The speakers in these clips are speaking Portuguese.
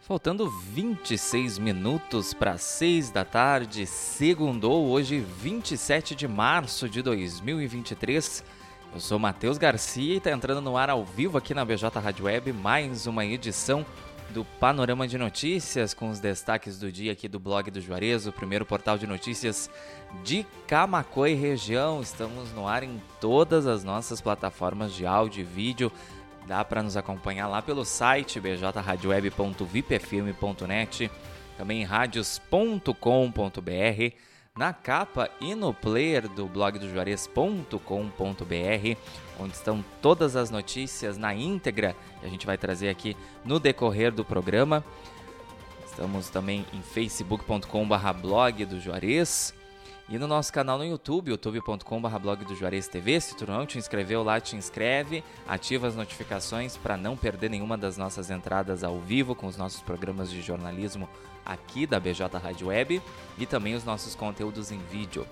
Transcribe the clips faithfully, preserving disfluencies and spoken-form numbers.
Faltando vinte e seis minutos para seis da tarde, segundou hoje, vinte e sete de março de dois mil e vinte e três. Eu sou Matheus Garcia e está entrando no ar ao vivo aqui na B J Rádio Web mais uma edição do Panorama de Notícias com os destaques do dia aqui do blog do Juarez, o primeiro portal de notícias de Camaquã e região. Estamos no ar em todas as nossas plataformas de áudio e vídeo. Dá para nos acompanhar lá pelo site b j radio web ponto vip f m ponto net, também em radios ponto com ponto b r, na capa e no player do blog do Juarez ponto com ponto b r, onde estão todas as notícias na íntegra que a gente vai trazer aqui no decorrer do programa. Estamos também em facebook ponto com barra blog do Juarez e no nosso canal no YouTube, youtube ponto com barra blog do Juarez T V. Se tu não te inscreveu lá, te inscreve, ativa as notificações para não perder nenhuma das nossas entradas ao vivo com os nossos programas de jornalismo aqui da B J Rádio Web e também os nossos conteúdos em vídeo.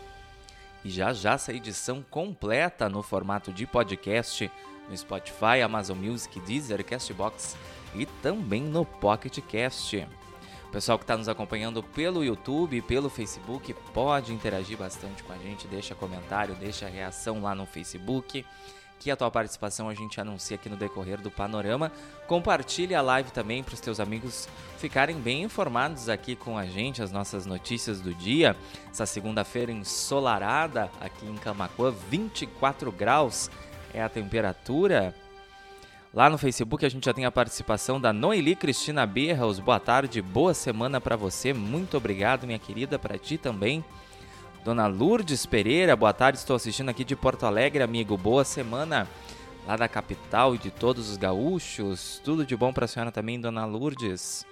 E já já essa edição completa no formato de podcast no Spotify, Amazon Music, Deezer, Castbox e também no Pocket Cast. O pessoal que está nos acompanhando pelo YouTube e pelo Facebook pode interagir bastante com a gente, deixa comentário, deixa reação lá no Facebook, que a tua participação a gente anuncia aqui no decorrer do Panorama. Compartilha a live também para os teus amigos ficarem bem informados aqui com a gente, as nossas notícias do dia. Essa segunda-feira ensolarada aqui em Camaquã, vinte e quatro graus é a temperatura. Lá no Facebook a gente já tem a participação da Noeli Cristina Berraus. Boa tarde, boa semana para você. Muito obrigado, minha querida, para ti também. Dona Lourdes Pereira, boa tarde, estou assistindo aqui de Porto Alegre, amigo. Boa semana lá da capital e de todos os gaúchos. Tudo de bom para a senhora também, Dona Lourdes.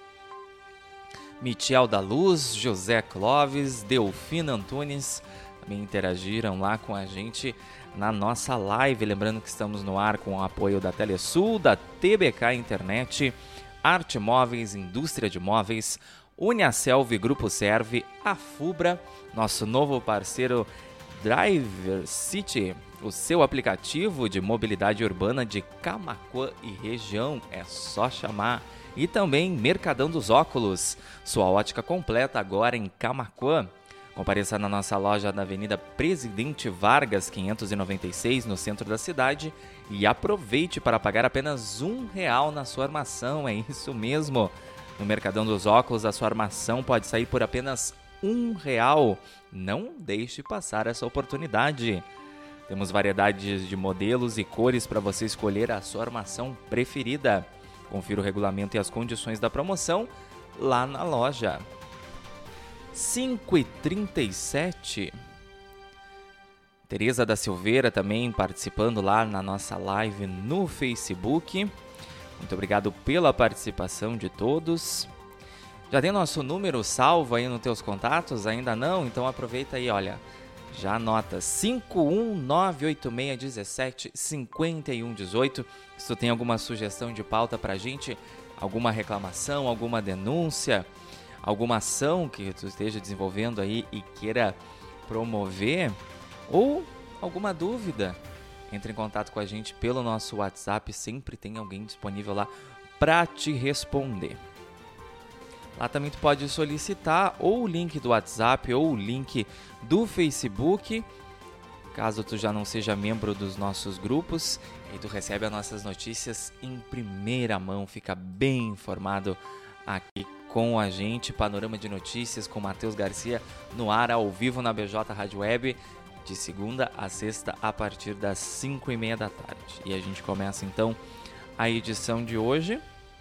Michel da Luz, José Clóvis, Delfina Antunes também interagiram lá com a gente na nossa live. Lembrando que estamos no ar com o apoio da Telesul, da T B K Internet, Arte Móveis, Indústria de Móveis, Uniaselv, Grupo Serve, a Fubra, nosso novo parceiro Driver City, o seu aplicativo de mobilidade urbana de Camaquã e região, é só chamar. E também Mercadão dos Óculos, sua ótica completa agora em Camaquã. Compareça na nossa loja na Avenida Presidente Vargas, quinhentos e noventa e seis, no centro da cidade, e aproveite para pagar apenas um real na sua armação, é isso mesmo. No Mercadão dos Óculos, a sua armação pode sair por apenas um real. Não deixe passar essa oportunidade. Temos variedades de modelos e cores para você escolher a sua armação preferida. Confira o regulamento e as condições da promoção lá na loja. cinco e trinta e sete. Tereza da Silveira também participando lá na nossa live no Facebook. Muito obrigado pela participação de todos. Já tem nosso número salvo aí nos teus contatos? Ainda não? Então aproveita aí, olha. Já anota cinco um nove oito seis um sete cinco um um oito. Se tu tem alguma sugestão de pauta pra gente, alguma reclamação, alguma denúncia, alguma ação que tu esteja desenvolvendo aí e queira promover, ou alguma dúvida, entre em contato com a gente pelo nosso WhatsApp, sempre tem alguém disponível lá para te responder. Lá também tu pode solicitar ou o link do WhatsApp ou o link do Facebook, caso tu já não seja membro dos nossos grupos, e tu recebe as nossas notícias em primeira mão, fica bem informado aqui com a gente. Panorama de Notícias com Matheus Garcia no ar ao vivo na B J Rádio Web, de segunda a sexta a partir das cinco e meia da tarde. E a gente começa então a edição de hoje.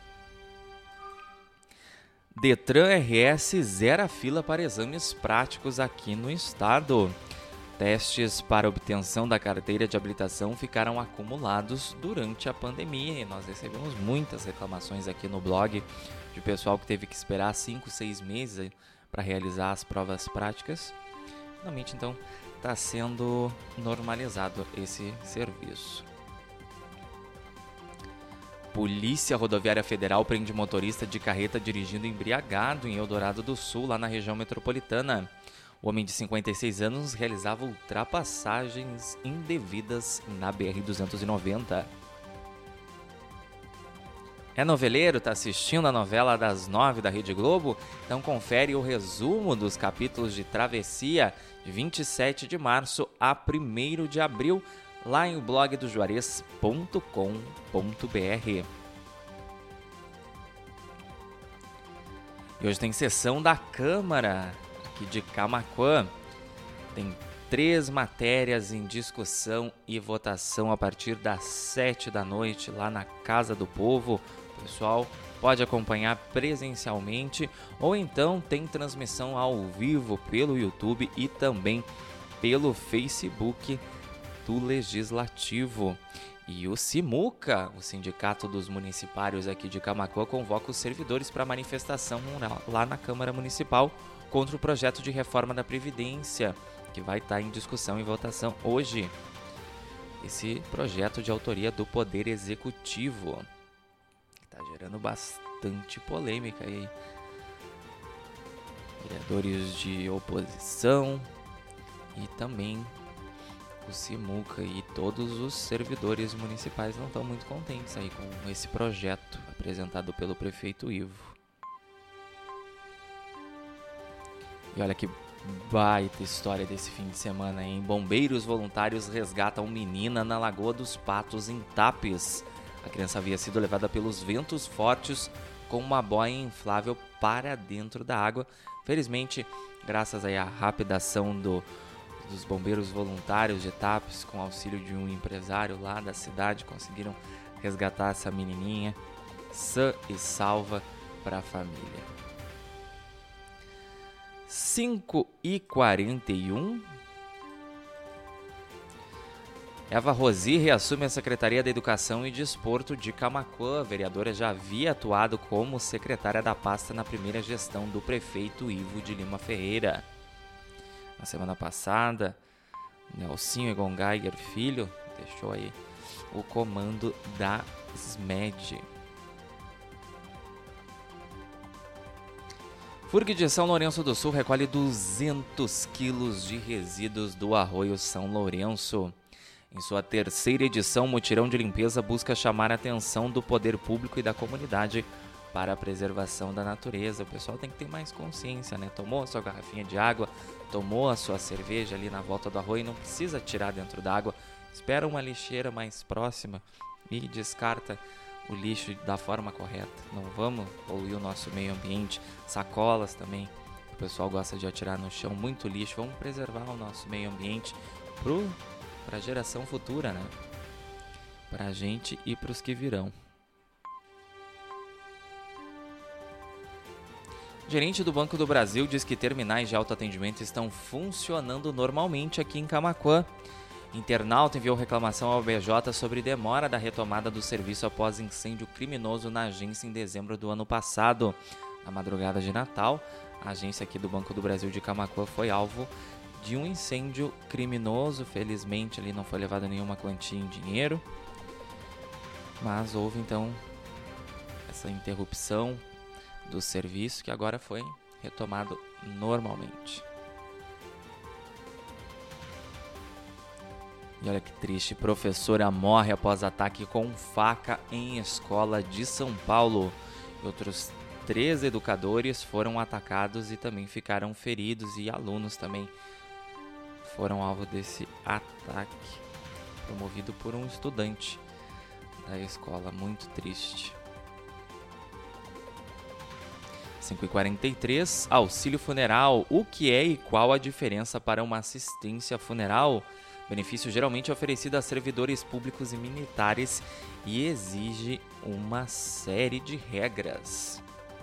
Detran R S zera fila para exames práticos aqui no estado. Testes para obtenção da carteira de habilitação ficaram acumulados durante a pandemia e nós recebemos muitas reclamações aqui no blog de pessoal que teve que esperar cinco, seis meses para realizar as provas práticas. Finalmente, então, está sendo normalizado esse serviço. Polícia Rodoviária Federal prende motorista de carreta dirigindo embriagado em Eldorado do Sul, lá na região metropolitana. O homem de cinquenta e seis anos realizava ultrapassagens indevidas na B R duzentos e noventa. É noveleiro? Tá assistindo a novela das nove da Rede Globo? Então confere o resumo dos capítulos de Travessia de vinte e sete de março a primeiro de abril lá em blog do juarez ponto com ponto br. E hoje tem sessão da Câmara aqui de Camaquã. Tem três matérias em discussão e votação a partir das sete da noite lá na Casa do Povo. O pessoal pode acompanhar presencialmente ou então tem transmissão ao vivo pelo YouTube e também pelo Facebook do Legislativo. E o Simuca, o Sindicato dos Municipários aqui de Camaquã, convoca os servidores para manifestação lá na Câmara Municipal contra o projeto de reforma da Previdência, que vai estar em discussão e votação hoje. Esse projeto de autoria do Poder Executivo, que está gerando bastante polêmica aí. Vereadores de oposição e também o Simuca e todos os servidores municipais não estão muito contentes aí com esse projeto apresentado pelo prefeito Ivo. E olha que baita história desse fim de semana, hein? Bombeiros voluntários resgatam menina na Lagoa dos Patos, em Tapes. A criança havia sido levada pelos ventos fortes com uma boia inflável para dentro da água. Felizmente, graças aí à rápida ação do dos bombeiros voluntários de Tapes, com auxílio de um empresário lá da cidade, conseguiram resgatar essa menininha sã e salva para a família. cinco e quarenta e um. Eva Rosi reassume a Secretaria da Educação e Desporto de Camaquã. A vereadora já havia atuado como secretária da pasta na primeira gestão do prefeito Ivo de Lima Ferreira. Na semana passada, Nelsinho Egon Geiger Filho deixou aí o comando da S M E D. Furg de São Lourenço do Sul recolhe duzentos quilos de resíduos do Arroio São Lourenço. Em sua terceira edição, o mutirão de limpeza busca chamar a atenção do poder público e da comunidade para a preservação da natureza. O pessoal tem que ter mais consciência, né? Tomou a sua garrafinha de água, tomou a sua cerveja ali na volta do arroio, não precisa tirar dentro d'água, espera uma lixeira mais próxima e descarta o lixo da forma correta. Não vamos poluir o nosso meio ambiente. Sacolas também, o pessoal gosta de atirar no chão, muito lixo. Vamos preservar o nosso meio ambiente para a geração futura, né? Para a gente e para os que virão. O gerente do Banco do Brasil diz que terminais de autoatendimento estão funcionando normalmente aqui em Camaquã. Internauta enviou reclamação ao B J sobre demora da retomada do serviço após incêndio criminoso na agência em dezembro do ano passado. Na madrugada de Natal, a agência aqui do Banco do Brasil de Camaquã foi alvo de um incêndio criminoso. Felizmente, ali não foi levada nenhuma quantia em dinheiro, mas houve então essa interrupção do serviço que agora foi retomado normalmente. E olha que triste, professora morre após ataque com faca em escola de São Paulo. E outros três educadores foram atacados e também ficaram feridos, e alunos também foram alvo desse ataque promovido por um estudante da escola. Muito triste. cinco e quarenta e três, auxílio funeral. O que é e qual a diferença para uma assistência funeral? Benefício geralmente oferecido a servidores públicos e militares e exige uma série de regras.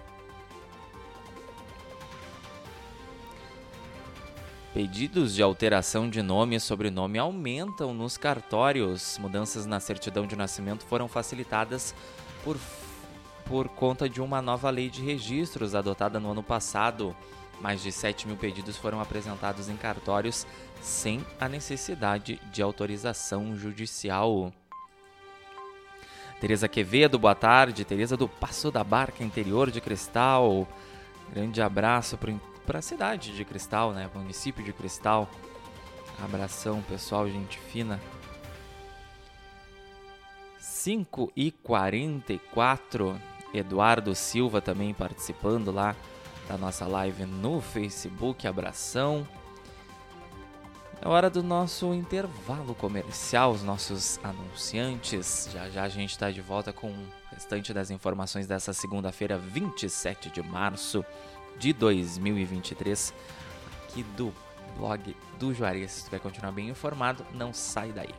Pedidos de alteração de nome e sobrenome aumentam nos cartórios. Mudanças na certidão de nascimento foram facilitadas por por conta de uma nova lei de registros adotada no ano passado. Mais de sete mil pedidos foram apresentados em cartórios sem a necessidade de autorização judicial. Tereza Quevedo, boa tarde. Tereza do Passo da Barca, interior de Cristal. Grande abraço para a cidade de Cristal, né? Município de Cristal. Abração, pessoal, gente fina. cinco e quarenta e quatro. Eduardo Silva também participando lá da nossa live no Facebook. Abração. É hora do nosso intervalo comercial, os nossos anunciantes. Já já a gente está de volta com o restante das informações dessa segunda-feira, vinte e sete de março de dois mil e vinte e três, aqui do blog do Juarez. Se tu quer continuar bem informado, não sai daí.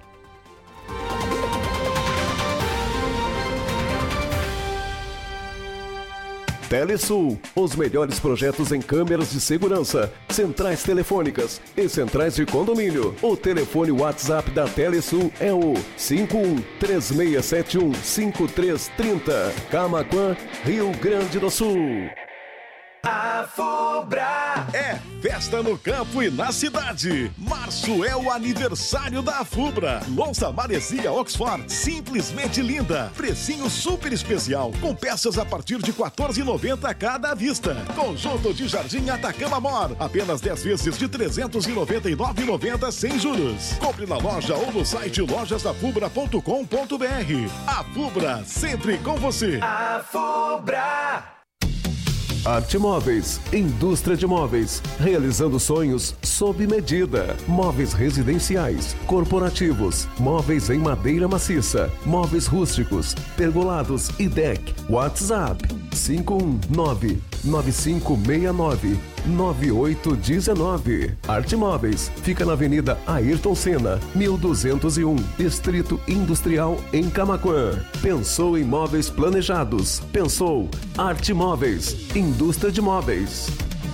Telesul, os melhores projetos em câmeras de segurança, centrais telefônicas e centrais de condomínio. O telefone WhatsApp da Telesul é o cinco um três seis sete um cinco três três zero. Camaquã, Rio Grande do Sul. A Fubra é festa no campo e na cidade. Março é o aniversário da Fubra. Louça Maresia Oxford, simplesmente linda. Precinho super especial, com peças a partir de quatorze reais e noventa centavos cada à vista. Conjunto de Jardim Atacama Mor, apenas dez vezes de trezentos e noventa e nove reais e noventa centavos sem juros. Compre na loja ou no site lojas da fubra ponto com ponto br. A Fubra, sempre com você. A Fubra. Arte Móveis, indústria de móveis, realizando sonhos sob medida. Móveis residenciais, corporativos, móveis em madeira maciça, móveis rústicos, pergolados e deck. WhatsApp cinco um nove nove cinco seis nove nove oito um nove. Arte Móveis fica na Avenida Ayrton Senna, mil duzentos e um, Distrito Industrial em Camaquã. Pensou em móveis planejados? Pensou Arte Móveis, indústria de móveis.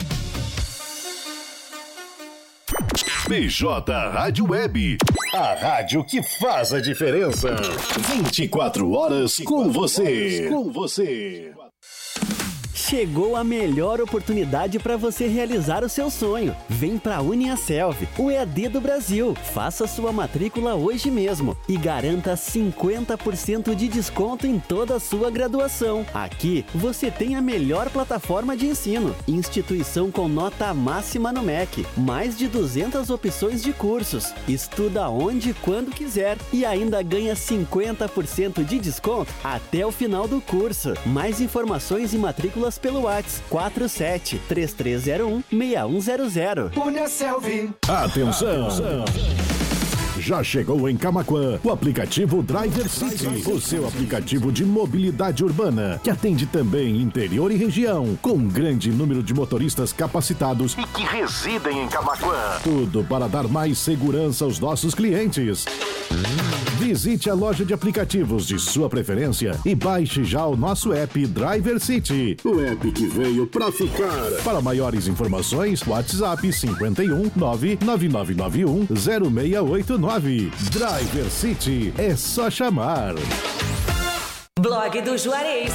B J Rádio Web, a rádio que faz a diferença. vinte e quatro horas com você. Com você. Chegou a melhor oportunidade para você realizar o seu sonho. Vem para a UniaSelv, o E A D do Brasil. Faça sua matrícula hoje mesmo e garanta cinquenta por cento de desconto em toda a sua graduação. Aqui você tem a melhor plataforma de ensino, instituição com nota máxima no M E C, mais de duzentas opções de cursos. Estuda onde e quando quiser e ainda ganha cinquenta por cento de desconto até o final do curso. Mais informações e matrículas pelo WhatsApp quatro sete três três zero um seis um zero zero. UniaSelv. Atenção! Já chegou em Camaquã o aplicativo Driver City, o seu aplicativo de mobilidade urbana, que atende também interior e região, com um grande número de motoristas capacitados e que residem em Camaquã. Tudo para dar mais segurança aos nossos clientes. Visite a loja de aplicativos de sua preferência e baixe já o nosso app Driver City, o app que veio pra ficar. Para maiores informações, WhatsApp cinco um nove nove nove nove um zero seis oito nove. Driver City, é só chamar. Blog do Juarez.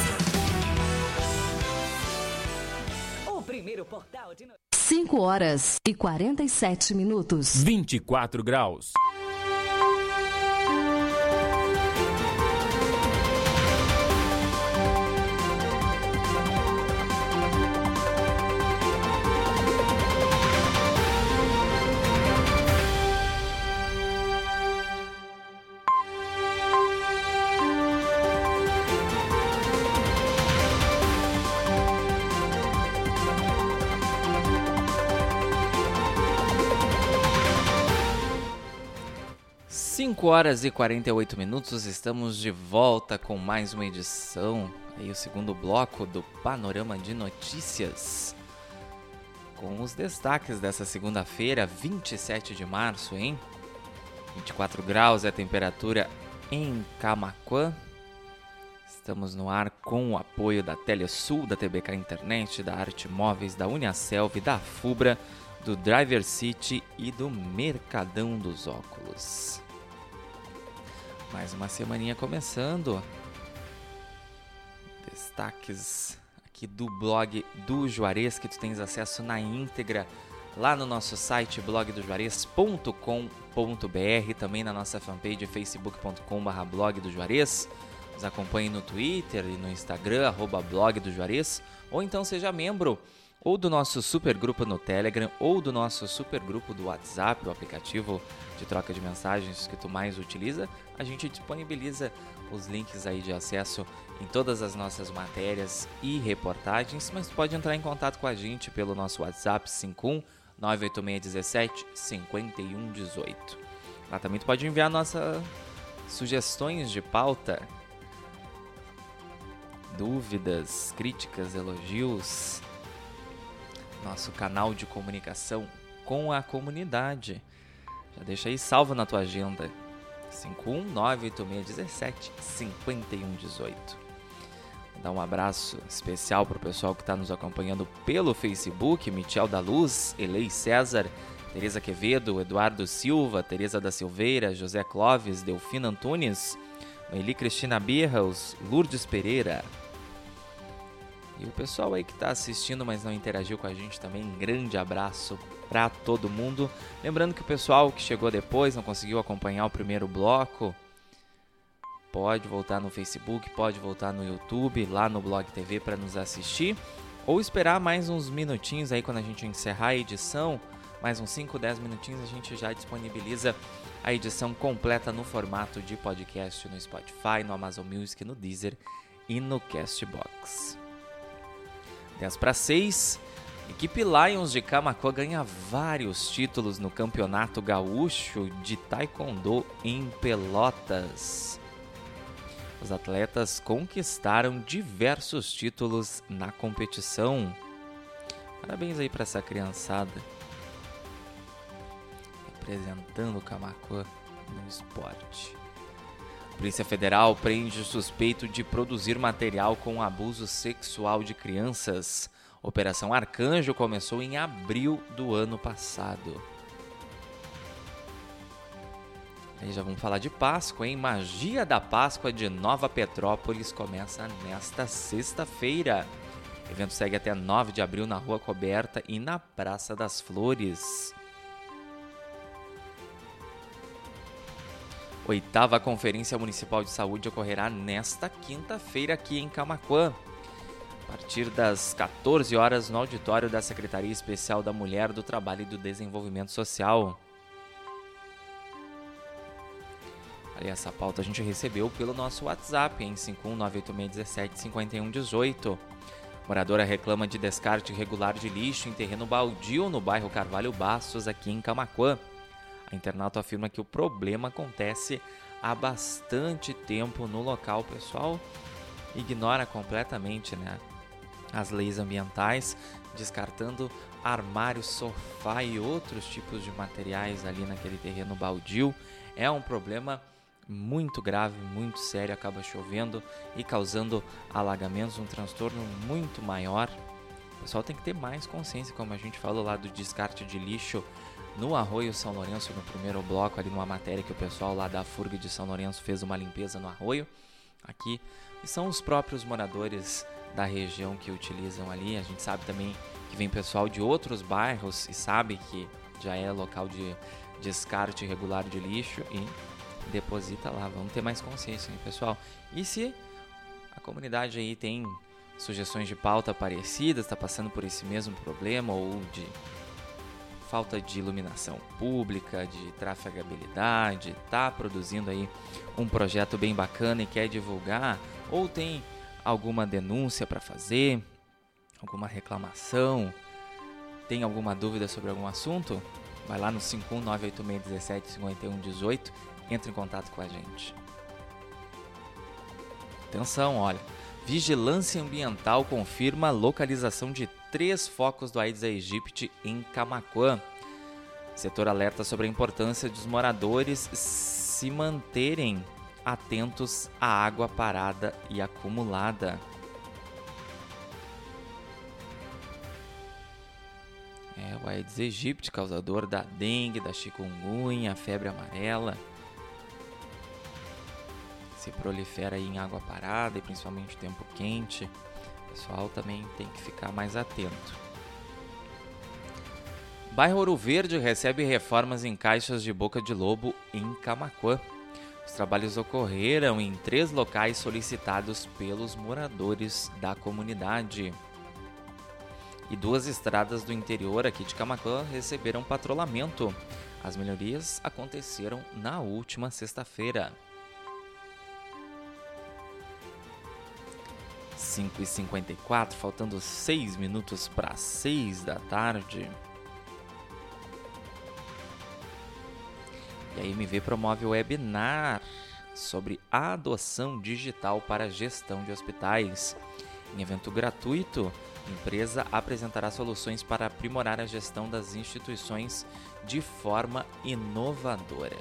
O primeiro portal de notícias. cinco horas e quarenta e sete minutos. vinte e quatro graus. cinco horas e quarenta e oito minutos, estamos de volta com mais uma edição, aí o segundo bloco do Panorama de Notícias, com os destaques dessa segunda-feira, vinte e sete de março, hein? vinte e quatro graus é a temperatura em Camaquã. Estamos no ar com o apoio da Telesul, da T B K Internet, da Arte Móveis, da UniaSelv, da Fubra, do Driver City e do Mercadão dos Óculos. Mais uma semaninha começando. Destaques aqui do blog do Juarez, que tu tens acesso na íntegra lá no nosso site blog do juarez ponto com ponto br, também na nossa fanpage facebook ponto com barra blog do Juarez. Nos acompanhe no Twitter e no Instagram, arroba blog do Juarez, ou então seja membro ou do nosso supergrupo no Telegram, ou do nosso supergrupo do WhatsApp, o aplicativo de troca de mensagens que tu mais utiliza, a gente disponibiliza os links aí de acesso em todas as nossas matérias e reportagens, mas tu pode entrar em contato com a gente pelo nosso WhatsApp cinco um nove oito seis um sete cinco um um oito. Lá também tu pode enviar nossas sugestões de pauta, dúvidas, críticas, elogios. Nosso canal de comunicação com a comunidade. Já deixa aí salvo na tua agenda. cinco um nove oito seis um sete cinco um um oito. Vou dar um abraço especial para o pessoal que está nos acompanhando pelo Facebook. Michel da Luz, Elei César, Tereza Quevedo, Eduardo Silva, Tereza da Silveira, José Clóvis, Delfina Antunes, Noeli Cristina Birraus, Lourdes Pereira. E o pessoal aí que está assistindo, mas não interagiu com a gente também, um grande abraço para todo mundo. Lembrando que o pessoal que chegou depois, não conseguiu acompanhar o primeiro bloco, pode voltar no Facebook, pode voltar no YouTube, lá no Blog T V para nos assistir, ou esperar mais uns minutinhos aí quando a gente encerrar a edição, mais uns cinco, dez minutinhos a gente já disponibiliza a edição completa no formato de podcast no Spotify, no Amazon Music, no Deezer e no Castbox. dez para seis, equipe Lions de Camaquã ganha vários títulos no Campeonato Gaúcho de Taekwondo em Pelotas. Os atletas conquistaram diversos títulos na competição. Parabéns aí para essa criançada, representando o Camaquã no esporte. Polícia Federal prende suspeito de produzir material com abuso sexual de crianças. Operação Arcanjo começou em abril do ano passado. Aí já vamos falar de Páscoa, hein? Magia da Páscoa de Nova Petrópolis começa nesta sexta-feira. O evento segue até nove de abril na Rua Coberta e na Praça das Flores. Oitava Conferência Municipal de Saúde ocorrerá nesta quinta-feira aqui em Camaquã, a partir das quatorze horas no auditório da Secretaria Especial da Mulher, do Trabalho e do Desenvolvimento Social. Aí essa pauta a gente recebeu pelo nosso WhatsApp em cinco um nove oito seis um sete cinco um um oito. Moradora reclama de descarte irregular de lixo em terreno baldio no bairro Carvalho Bastos, aqui em Camaquã. A internauta afirma que o problema acontece há bastante tempo no local. O pessoal ignora completamente, né, as leis ambientais, descartando armários, sofá e outros tipos de materiais ali naquele terreno baldio. É um problema muito grave, muito sério, acaba chovendo e causando alagamentos, um transtorno muito maior. O pessoal tem que ter mais consciência, como a gente falou lá do descarte de lixo no Arroio São Lourenço, no primeiro bloco, ali numa matéria que o pessoal lá da Furg de São Lourenço fez uma limpeza no arroio. Aqui são os próprios moradores da região que utilizam ali. A gente sabe também que vem pessoal de outros bairros e sabe que já é local de descarte irregular de lixo e deposita lá. Vamos ter mais consciência, hein, pessoal? E se a comunidade aí tem sugestões de pauta parecidas, está passando por esse mesmo problema, ou de falta de iluminação pública, de trafegabilidade, está produzindo aí um projeto bem bacana e quer divulgar, ou tem alguma denúncia para fazer, alguma reclamação, tem alguma dúvida sobre algum assunto, vai lá no cinco um nove oito seis um sete cinco um um oito, entre em contato com a gente. Atenção, olha, Vigilância Ambiental confirma a localização de três focos do Aedes aegypti em Camaquã. O setor alerta sobre a importância dos moradores se manterem atentos à água parada e acumulada. É o Aedes aegypti, causador da dengue, da chikungunya, febre amarela. Se prolifera aí em água parada e principalmente tempo quente. O pessoal também tem que ficar mais atento. Bairro Ouro Verde recebe reformas em caixas de boca de lobo em Camaquã. Os trabalhos ocorreram em três locais solicitados pelos moradores da comunidade. e duas estradas do interior aqui de Camaquã receberam patrulhamento. As melhorias aconteceram na última sexta-feira. cinco e cinquenta e quatro, faltando seis minutos para seis da tarde. E a M V promove o webinar sobre a adoção digital para a gestão de hospitais. Em evento gratuito, a empresa apresentará soluções para aprimorar a gestão das instituições de forma inovadora.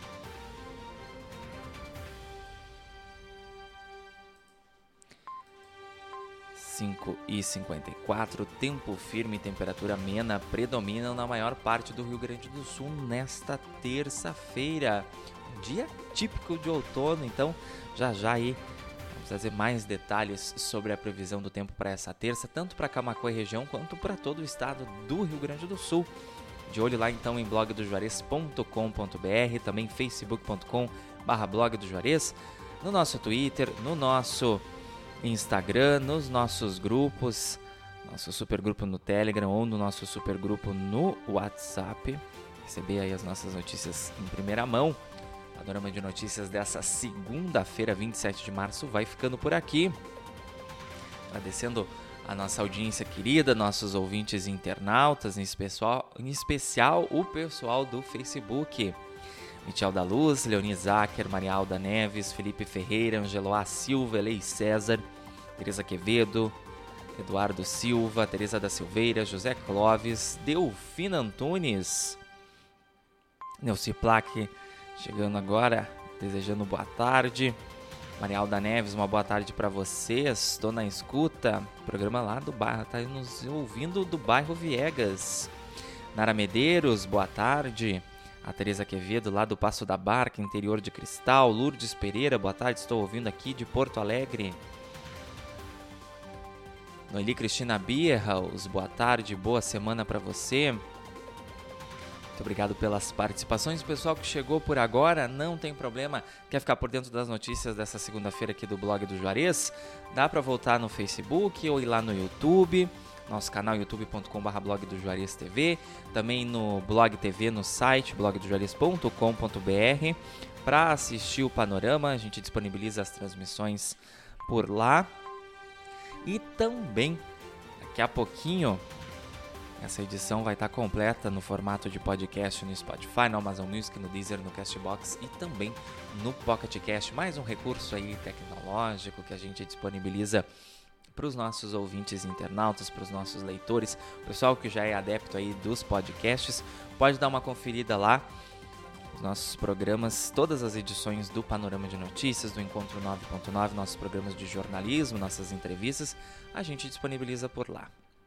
cinco e cinquenta e quatro, tempo firme e temperatura amena predominam na maior parte do Rio Grande do Sul nesta terça-feira. Um dia típico de outono, então já já aí vamos trazer mais detalhes sobre a previsão do tempo para essa terça, tanto para Camaquã e região quanto para todo o estado do Rio Grande do Sul. De olho lá então em blog do juarez ponto com ponto b r, também facebook ponto com barra blog do Juarez, no nosso Twitter, no nosso Instagram, nos nossos grupos, nosso supergrupo no Telegram ou no nosso supergrupo no WhatsApp. Receber aí as nossas notícias em primeira mão. O panorama de notícias dessa segunda-feira, vinte e sete de março, vai ficando por aqui. Agradecendo a nossa audiência querida, nossos ouvintes internautas, em especial, em especial o pessoal do Facebook. Michel da Luz, Leoni Zacher, Marialda Neves, Felipe Ferreira, Angeloá Silva, Elei César, Tereza Quevedo, Eduardo Silva, Tereza da Silveira, José Clóvis, Delfina Antunes, Neuci Plaque, chegando agora, desejando boa tarde. Marialda Neves, uma boa tarde para vocês, estou na escuta, programa lá do bairro, está nos ouvindo do bairro Viegas. Nara Medeiros, boa tarde. A Tereza Quevedo, lá do Passo da Barca, interior de Cristal. Lourdes Pereira, boa tarde, estou ouvindo aqui de Porto Alegre. Noeli Cristina Bierhaus, boa tarde, boa semana para você. Muito obrigado pelas participações. O pessoal que chegou por agora, não tem problema, quer ficar por dentro das notícias dessa segunda-feira aqui do blog do Juarez? Dá para voltar no Facebook ou ir lá no YouTube. Nosso canal youtube ponto com barra blog do Juarez T V, também no Blog T V, no site blog do juarez ponto com ponto b r. Para assistir o panorama, a gente disponibiliza as transmissões por lá. E também, daqui a pouquinho, essa edição vai estar completa no formato de podcast no Spotify, no Amazon Music, no Deezer, no Castbox e também no Pocket Cast. Mais um recurso aí tecnológico que a gente disponibiliza para os nossos ouvintes internautas, para os nossos leitores, o pessoal que já é adepto aí dos podcasts, pode dar uma conferida lá, os nossos programas, todas as edições do Panorama de Notícias, do Encontro nove ponto nove, nossos programas de jornalismo, nossas entrevistas, a gente disponibiliza por lá.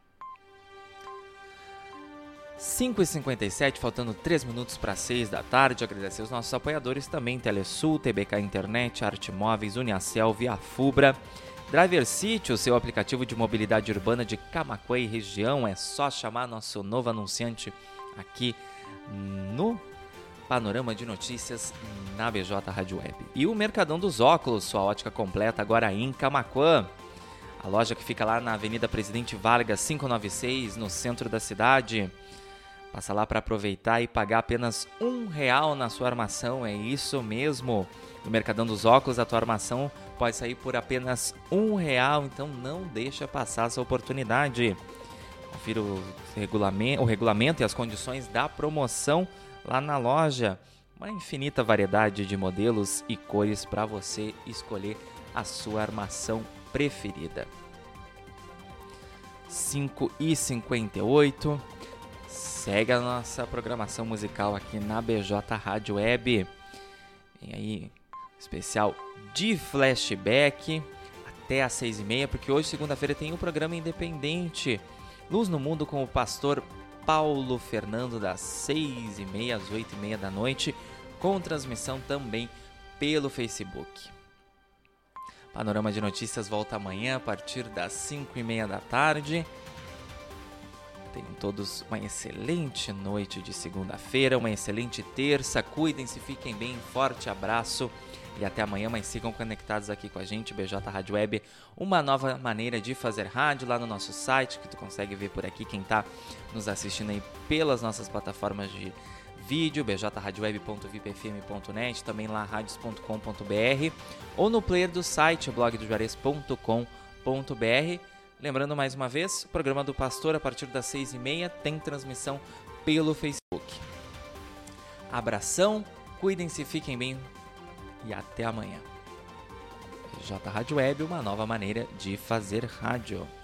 cinco e cinquenta e sete, faltando três minutos para seis da tarde, agradecer os nossos apoiadores também, Telesul, T B K Internet, Arte Móveis, Uniacel, Via Fubra, Driver City, o seu aplicativo de mobilidade urbana de Camaquã e região. É só chamar nosso novo anunciante aqui no Panorama de Notícias na B J Rádio Web. E o Mercadão dos Óculos, sua ótica completa agora em Camaquã. A loja que fica lá na Avenida Presidente Vargas quinhentos e noventa e seis, no centro da cidade. Passa lá para aproveitar e pagar apenas um real na sua armação, é isso mesmo. No Mercadão dos Óculos, a tua armação pode sair por apenas um real, então não deixa passar essa oportunidade. Confira o regulamento, o regulamento e as condições da promoção lá na loja. Uma infinita variedade de modelos e cores para você escolher a sua armação preferida. cinco e cinquenta e oito. Segue a nossa programação musical aqui na B J Rádio Web. Vem aí, especial de flashback até às seis e meia, porque hoje, segunda-feira, tem um programa independente, Luz no Mundo, com o pastor Paulo Fernando, das seis e meia às oito e meia da noite, com transmissão também pelo Facebook. Panorama de Notícias volta amanhã a partir das cinco e meia da tarde. Tenham todos uma excelente noite de segunda-feira, uma excelente terça. Cuidem-se, fiquem bem. Forte abraço e até amanhã, mas sigam conectados aqui com a gente, B J Rádio Web, uma nova maneira de fazer rádio lá no nosso site, que tu consegue ver por aqui, quem tá nos assistindo aí pelas nossas plataformas de vídeo, b j radio web ponto vip f m ponto net, também lá radios ponto com ponto b r, ou no player do site blog do juarez ponto com ponto b r. Lembrando mais uma vez, o programa do Pastor a partir das seis e meia tem transmissão pelo Facebook. Abração, cuidem-se, fiquem bem e até amanhã. B J Rádio Web, uma nova maneira de fazer rádio.